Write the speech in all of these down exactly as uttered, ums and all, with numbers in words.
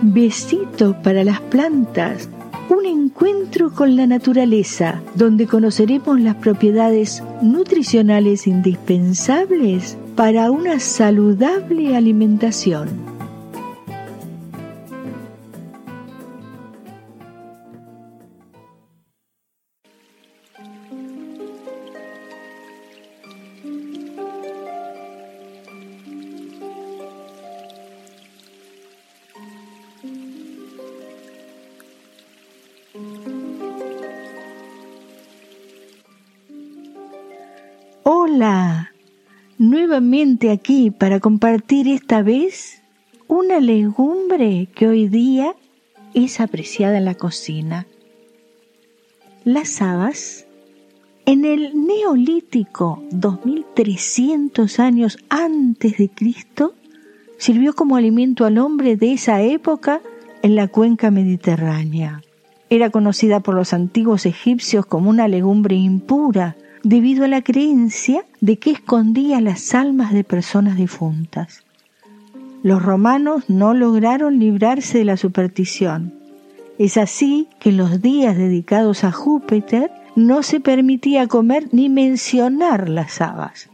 Besito para las plantas, un encuentro con la naturaleza, donde conoceremos las propiedades nutricionales indispensables para una saludable alimentación. Hola, nuevamente aquí para compartir esta vez una legumbre que hoy día es apreciada en la cocina. Las habas. En el Neolítico, dos mil trescientos años antes de Cristo, sirvió como alimento al hombre de esa época en la cuenca mediterránea. Era conocida por los antiguos egipcios como una legumbre impura, debido a la creencia de que escondía las almas de personas difuntas. Los romanos no lograron librarse de la superstición. Es así que en los días dedicados a Júpiter no se permitía comer ni mencionar las habas,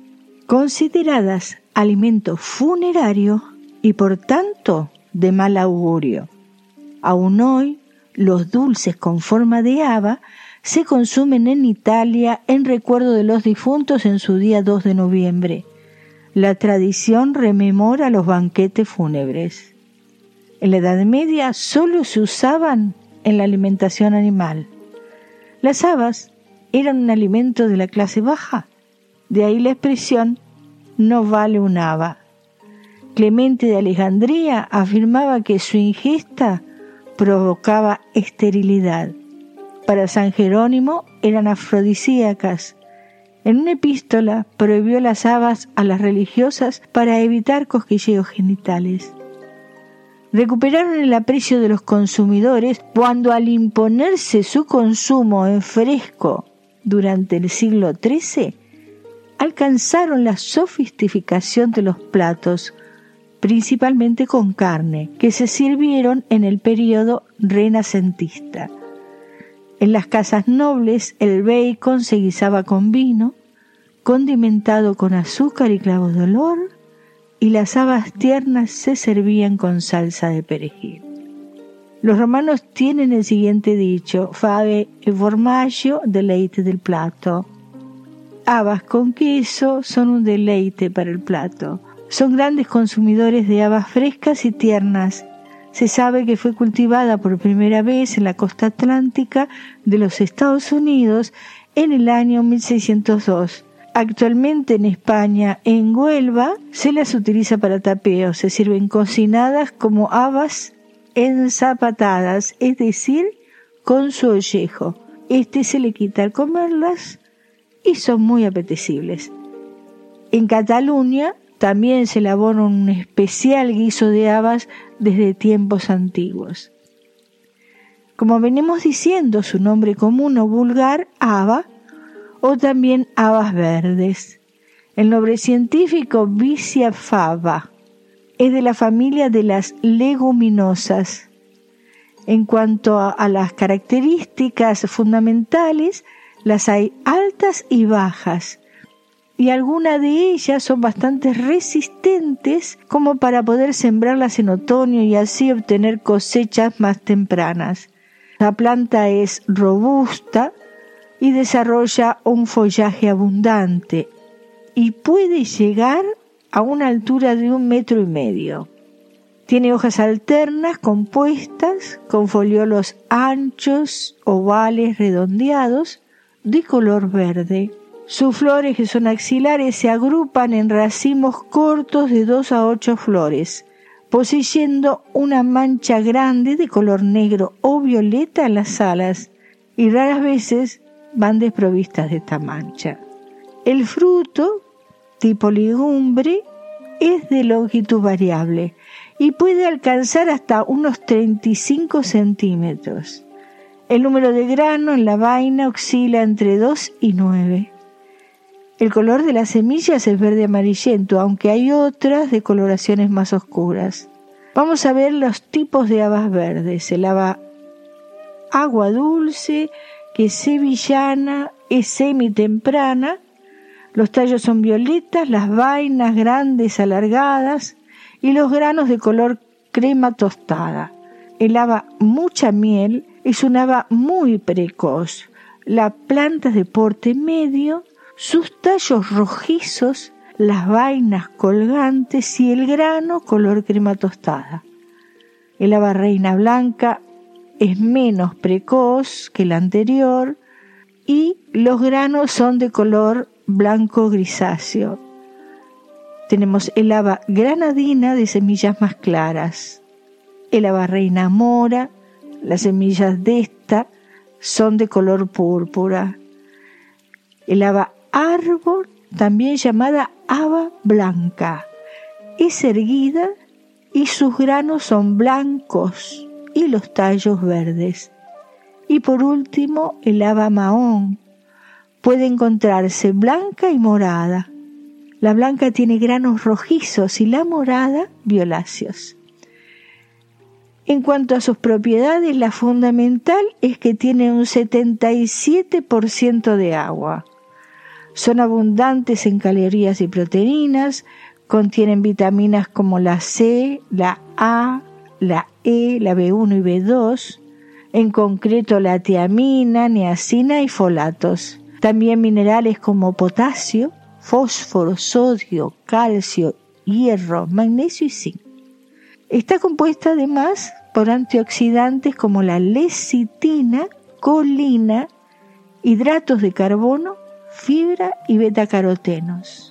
consideradas alimento funerario y por tanto de mal augurio. Aún hoy, los dulces con forma de haba se consumen en Italia en recuerdo de los difuntos en su día dos de noviembre. La tradición rememora los banquetes fúnebres. En la Edad Media solo se usaban en la alimentación animal. Las habas eran un alimento de la clase baja, de ahí la expresión no vale un haba. Clemente de Alejandría afirmaba que su ingesta provocaba esterilidad. Para San Jerónimo eran afrodisíacas. En una epístola prohibió las habas a las religiosas para evitar cosquilleos genitales. Recuperaron el aprecio de los consumidores cuando, al imponerse su consumo en fresco durante el siglo trece, alcanzaron la sofisticación de los platos, principalmente con carne, que se sirvieron en el período renacentista. En las casas nobles el bacon se guisaba con vino, condimentado con azúcar y clavos de olor, y las habas tiernas se servían con salsa de perejil. Los romanos tienen el siguiente dicho: fave e formaggio, deleite del plato. Habas con queso son un deleite para el plato. Son grandes consumidores de habas frescas y tiernas. Se sabe que fue cultivada por primera vez en la costa atlántica de los Estados Unidos en el año mil seiscientos dos. Actualmente en España, en Huelva, se las utiliza para tapeo. Se sirven cocinadas como habas enzapatadas, es decir, con su ollejo. Este se le quita al comerlas y son muy apetecibles. En Cataluña también se elabora un especial guiso de habas desde tiempos antiguos. Como venimos diciendo, su nombre común o vulgar, haba, o también habas verdes. El nombre científico, Vicia fava, es de la familia de las leguminosas. En cuanto a, a las características fundamentales, las hay altas y bajas, y algunas de ellas son bastante resistentes como para poder sembrarlas en otoño y así obtener cosechas más tempranas. La planta es robusta y desarrolla un follaje abundante y puede llegar a una altura de un metro y medio. Tiene hojas alternas compuestas con foliolos anchos, ovales, redondeados, de color verde. Sus flores, que son axilares, se agrupan en racimos cortos de dos a ocho flores, poseyendo una mancha grande de color negro o violeta en las alas, y raras veces van desprovistas de esta mancha. El fruto, tipo legumbre, es de longitud variable y puede alcanzar hasta unos treinta y cinco centímetros. El número de grano en la vaina oscila entre dos y nueve. El color de las semillas es verde amarillento, aunque hay otras de coloraciones más oscuras. Vamos a ver los tipos de habas verdes. El haba agua dulce, que es sevillana, es semitemprana. Los tallos son violetas, las vainas grandes, alargadas y los granos de color crema tostada. El haba mucha miel es un haba muy precoz. La planta es de porte medio, sus tallos rojizos, las vainas colgantes y el grano color crema tostada. El haba reina blanca es menos precoz que la anterior y los granos son de color blanco grisáceo. Tenemos el haba granadina de semillas más claras. El haba reina mora, las semillas de esta son de color púrpura. El haba árbol, también llamada haba blanca, es erguida y sus granos son blancos y los tallos verdes. Y por último, el haba mahón. Puede encontrarse blanca y morada. La blanca tiene granos rojizos y la morada violáceos. En cuanto a sus propiedades, la fundamental es que tiene un setenta y siete por ciento de agua. Son abundantes en calorías y proteínas, contienen vitaminas como la C, la A, la E, la B uno y B dos, en concreto la tiamina, niacina y folatos. También minerales como potasio, fósforo, sodio, calcio, hierro, magnesio y zinc. Está compuesta además por antioxidantes como la lecitina, colina, hidratos de carbono, fibra y betacarotenos.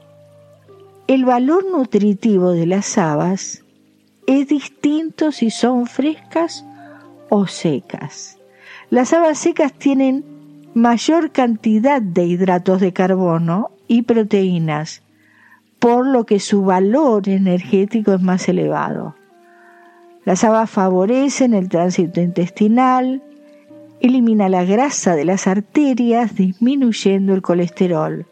El valor nutritivo de las habas es distinto si son frescas o secas. Las habas secas tienen mayor cantidad de hidratos de carbono y proteínas, por lo que su valor energético es más elevado. Las habas favorecen el tránsito intestinal, elimina la grasa de las arterias, disminuyendo el colesterol.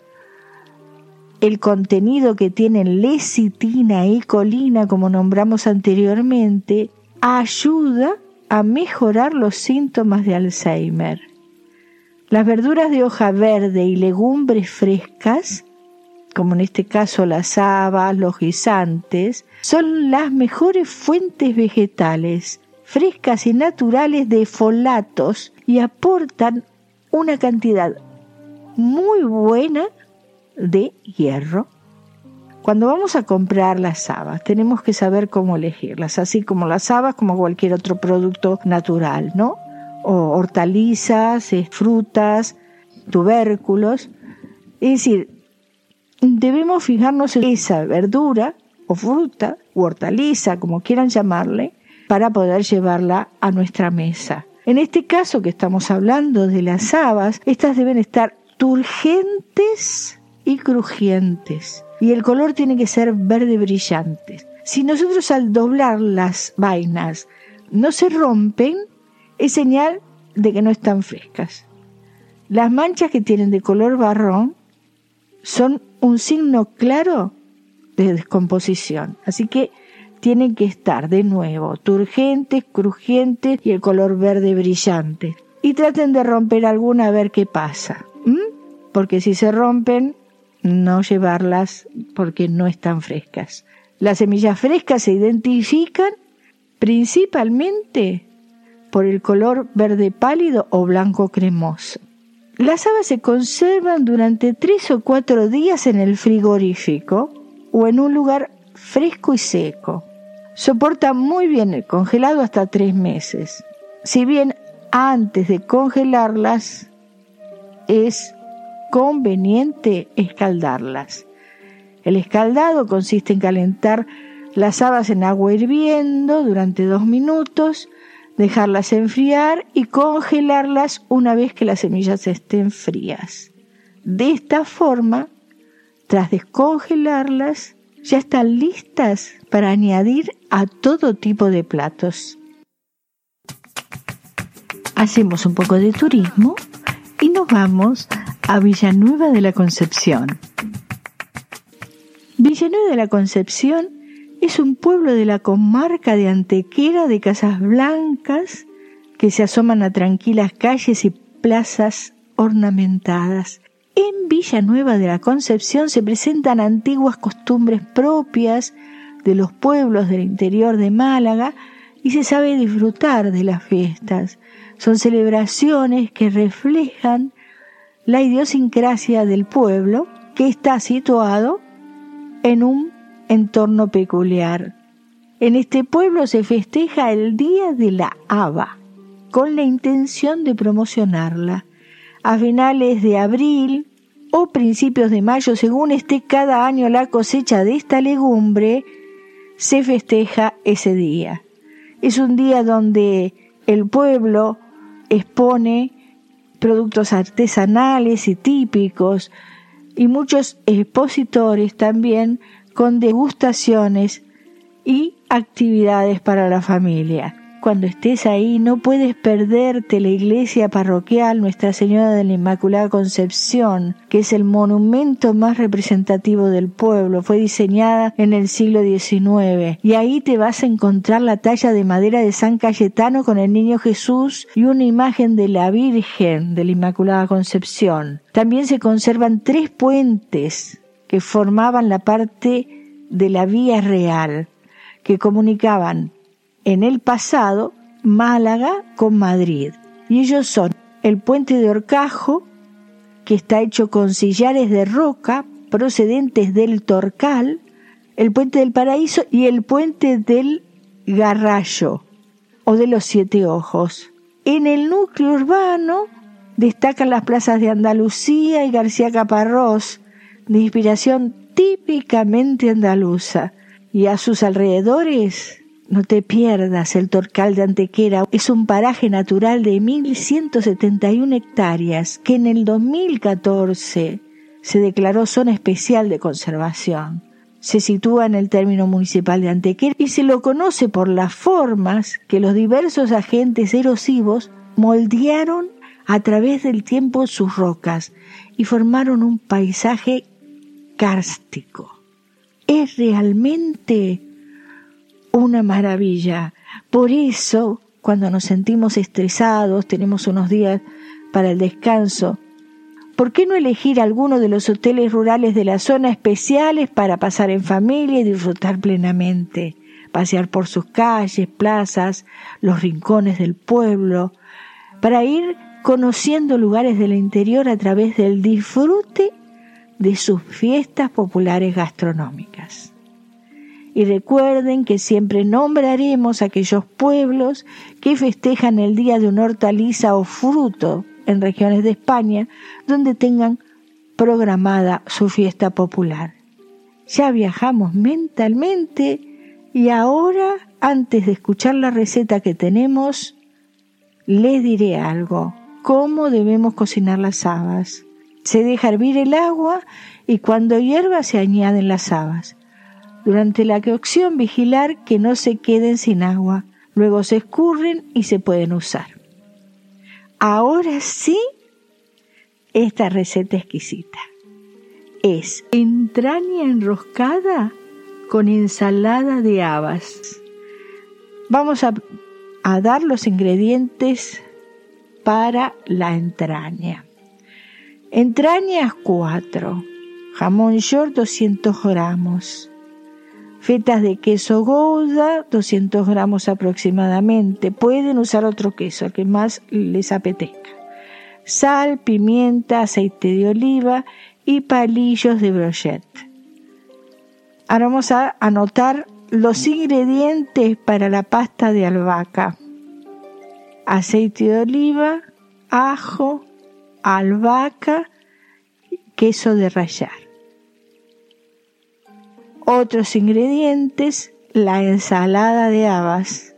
El contenido que tienen lecitina y colina, como nombramos anteriormente, ayuda a mejorar los síntomas de Alzheimer. Las verduras de hoja verde y legumbres frescas, como en este caso las habas, los guisantes, son las mejores fuentes vegetales, frescas y naturales de folatos y aportan una cantidad muy buena de hierro. Cuando vamos a comprar las habas, tenemos que saber cómo elegirlas, así como las habas, como cualquier otro producto natural, ¿no? O hortalizas, frutas, tubérculos. Es decir, debemos fijarnos en esa verdura o fruta o hortaliza, como quieran llamarle, para poder llevarla a nuestra mesa. En este caso que estamos hablando de las habas, estas deben estar turgentes y crujientes, y el color tiene que ser verde brillante. Si nosotros al doblar las vainas no se rompen, es señal de que no están frescas. Las manchas que tienen de color marrón son un signo claro de descomposición, así que tienen que estar de nuevo turgentes, crujientes y el color verde brillante. Y traten de romper alguna a ver qué pasa, ¿Mm? porque si se rompen, no llevarlas porque no están frescas. Las semillas frescas se identifican principalmente por el color verde pálido o blanco cremoso. Las habas se conservan durante tres o cuatro días en el frigorífico o en un lugar fresco y seco. Soportan muy bien el congelado hasta tres meses. Si bien antes de congelarlas es conveniente escaldarlas. El escaldado consiste en calentar las habas en agua hirviendo durante dos minutos, dejarlas enfriar y congelarlas una vez que las semillas estén frías. De esta forma, tras descongelarlas, ya están listas para añadir a todo tipo de platos. Hacemos un poco de turismo y nos vamos a Villanueva de la Concepción. Villanueva de la Concepción Es un pueblo de la comarca de Antequera, de casas blancas que se asoman a tranquilas calles y plazas ornamentadas. En Villanueva de la Concepción se presentan antiguas costumbres propias de los pueblos del interior de Málaga y se sabe disfrutar de las fiestas. Son celebraciones que reflejan la idiosincrasia del pueblo, que está situado en un entorno peculiar. En este pueblo se festeja el Día de la Haba, con la intención de promocionarla. A finales de abril o principios de mayo, según esté cada año la cosecha de esta legumbre, se festeja ese día. Es un día donde el pueblo expone productos artesanales y típicos, y muchos expositores también con degustaciones y actividades para la familia. Cuando estés ahí no puedes perderte la iglesia parroquial Nuestra Señora de la Inmaculada Concepción, que es el monumento más representativo del pueblo. Fue diseñada en el siglo diecinueve y ahí te vas a encontrar la talla de madera de San Cayetano con el Niño Jesús y una imagen de la Virgen de la Inmaculada Concepción. También se conservan tres puentes que formaban la parte de la vía real, que comunicaban en el pasado Málaga con Madrid, y ellos son el puente de Horcajo, que está hecho con sillares de roca procedentes del Torcal, el puente del Paraíso y el puente del Garrallo o de los Siete Ojos. En el núcleo urbano destacan las plazas de Andalucía y García Caparrós, de inspiración típicamente andaluza, y a sus alrededores no te pierdas el Torcal de Antequera. Es un paraje natural de mil ciento setenta y una hectáreas que en el dos mil catorce se declaró zona especial de conservación. Se sitúa en el término municipal de Antequera y se lo conoce por las formas que los diversos agentes erosivos moldearon a través del tiempo sus rocas y formaron un paisaje kárstico. Es realmente una maravilla. Por eso, cuando nos sentimos estresados, tenemos unos días para el descanso, ¿por qué no elegir alguno de los hoteles rurales de la zona especiales para pasar en familia y disfrutar plenamente? Pasear por sus calles, plazas, los rincones del pueblo, para ir conociendo lugares del interior a través del disfrute de sus fiestas populares gastronómicas. Y recuerden que siempre nombraremos aquellos pueblos que festejan el día de una hortaliza o fruto en regiones de España donde tengan programada su fiesta popular. Ya viajamos mentalmente y ahora, antes de escuchar la receta que tenemos, les diré algo. ¿Cómo debemos cocinar las habas? Se deja hervir el agua y cuando hierva se añaden las habas. Durante la cocción vigilar que no se queden sin agua. Luego se escurren y se pueden usar. Ahora sí, esta receta exquisita es entraña enroscada con ensalada de habas. Vamos a, a dar los ingredientes para la entraña. Entrañas cuatro, jamón york doscientos gramos, fetas de queso Gouda doscientos gramos aproximadamente. Pueden usar otro queso, el que más les apetezca. Sal, pimienta, aceite de oliva y palillos de brochette. Ahora vamos a anotar los ingredientes para la pasta de albahaca. Aceite de oliva, ajo, albahaca, queso de rallar. Otros ingredientes: la ensalada de habas.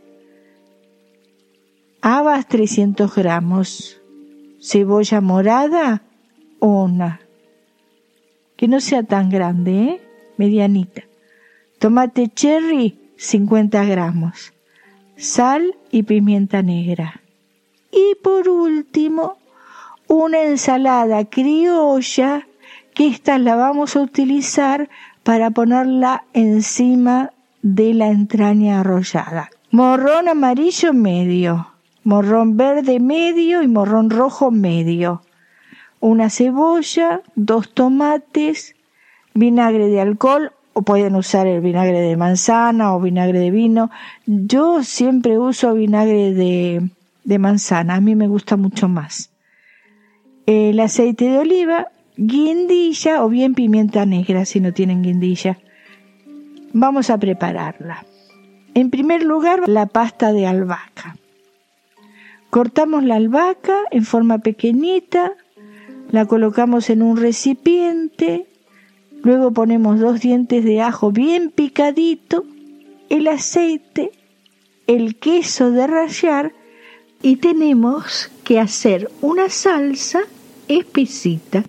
Habas trescientos gramos. Cebolla morada, una. Que no sea tan grande, ¿eh? Medianita. Tomate cherry, cincuenta gramos. Sal y pimienta negra. Y por último, una ensalada criolla, que esta la vamos a utilizar para ponerla encima de la entraña arrollada. Morrón amarillo medio, morrón verde medio y morrón rojo medio. Una cebolla, dos tomates, vinagre de alcohol, o pueden usar el vinagre de manzana o vinagre de vino. Yo siempre uso vinagre de, de manzana, a mí me gusta mucho más. El aceite de oliva, guindilla o bien pimienta negra si no tienen guindilla. Vamos a prepararla. En primer lugar, la pasta de albahaca. Cortamos la albahaca en forma pequeñita, la colocamos en un recipiente. Luego ponemos dos dientes de ajo bien picadito, el aceite, el queso de rallar y tenemos que hacer una salsa espesita.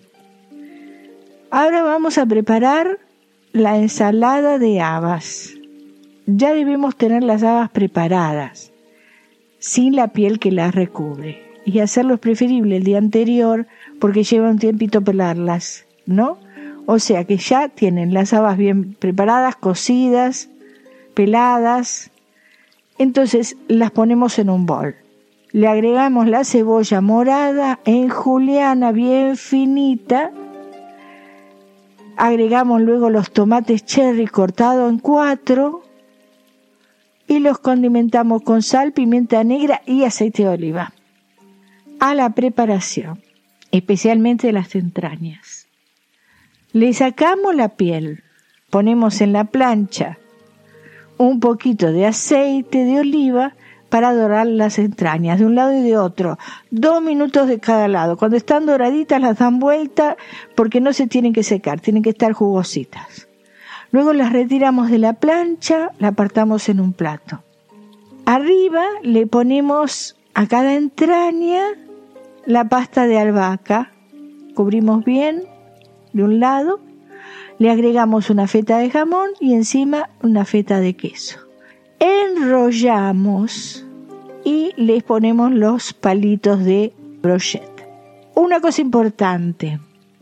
Ahora vamos a preparar la ensalada de habas. Ya debemos tener las habas preparadas, sin la piel que las recubre. Y hacerlo es preferible el día anterior porque lleva un tiempito pelarlas, ¿no? O sea que ya tienen las habas bien preparadas, cocidas, peladas. Entonces las ponemos en un bol. Le agregamos la cebolla morada en juliana bien finita. Agregamos luego los tomates cherry cortados en cuatro. Y los condimentamos con sal, pimienta negra y aceite de oliva. A la preparación, especialmente de las entrañas. Le sacamos la piel, ponemos en la plancha un poquito de aceite de oliva para dorar las entrañas de un lado y de otro, dos minutos de cada lado. Cuando están doraditas las dan vuelta porque no se tienen que secar, tienen que estar jugositas. Luego las retiramos de la plancha, la apartamos en un plato. Arriba le ponemos a cada entraña la pasta de albahaca, cubrimos bien de un lado, le agregamos una feta de jamón y encima una feta de queso. Enrollamos y les ponemos los palitos de brochette. Una cosa importante,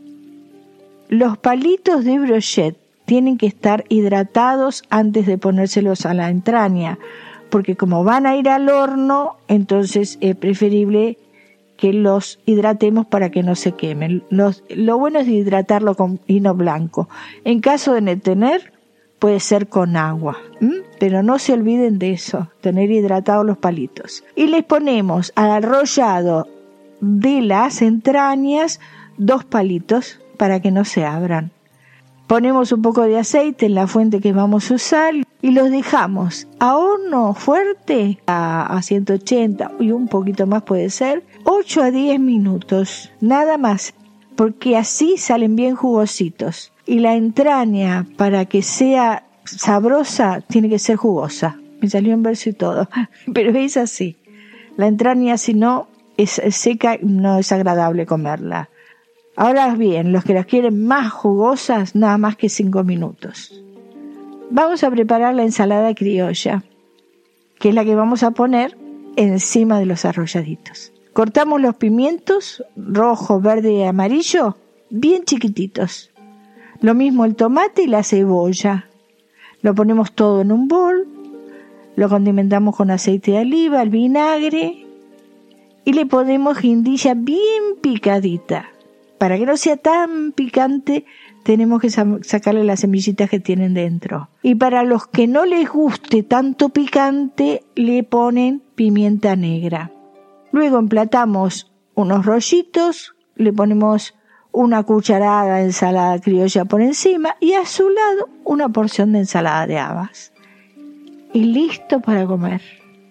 los palitos de brochette tienen que estar hidratados antes de ponérselos a la entraña, porque como van a ir al horno, entonces es preferible que los hidratemos para que no se quemen. Los, lo bueno es hidratarlo con vino blanco. En caso de no tener, puede ser con agua. ¿m? Pero no se olviden de eso, tener hidratados los palitos. Y les ponemos al arrollado de las entrañas dos palitos para que no se abran. Ponemos un poco de aceite en la fuente que vamos a usar y los dejamos a horno fuerte a, a ciento ochenta y un poquito más puede ser, ocho a diez minutos, nada más, porque así salen bien jugositos. Y la entraña, para que sea sabrosa, tiene que ser jugosa. Me salió en verso y todo, pero es así. La entraña, si no, es seca, no es agradable comerla. Ahora bien, los que las quieren más jugosas, nada más que cinco minutos. Vamos a preparar la ensalada criolla, que es la que vamos a poner encima de los arrolladitos. Cortamos los pimientos, rojo, verde y amarillo, bien chiquititos. Lo mismo el tomate y la cebolla. Lo ponemos todo en un bol, lo condimentamos con aceite de oliva, el vinagre, y le ponemos guindilla bien picadita. Para que no sea tan picante, tenemos que sacarle las semillitas que tienen dentro. Y para los que no les guste tanto picante, le ponen pimienta negra. Luego emplatamos unos rollitos, le ponemos una cucharada de ensalada criolla por encima y a su lado una porción de ensalada de habas. Y listo para comer.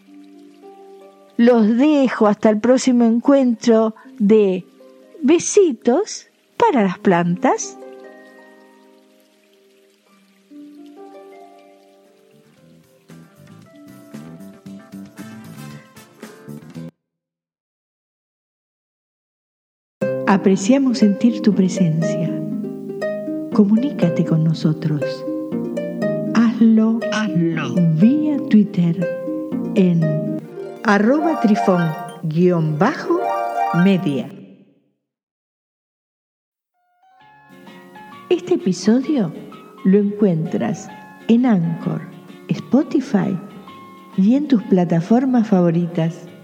Los dejo hasta el próximo encuentro de Besitos para las plantas. Apreciamos sentir tu presencia. Comunícate con nosotros. Hazlo, Hazlo. vía Twitter en arroba trifón guión bajo media. Este episodio lo encuentras en Anchor, Spotify y en tus plataformas favoritas.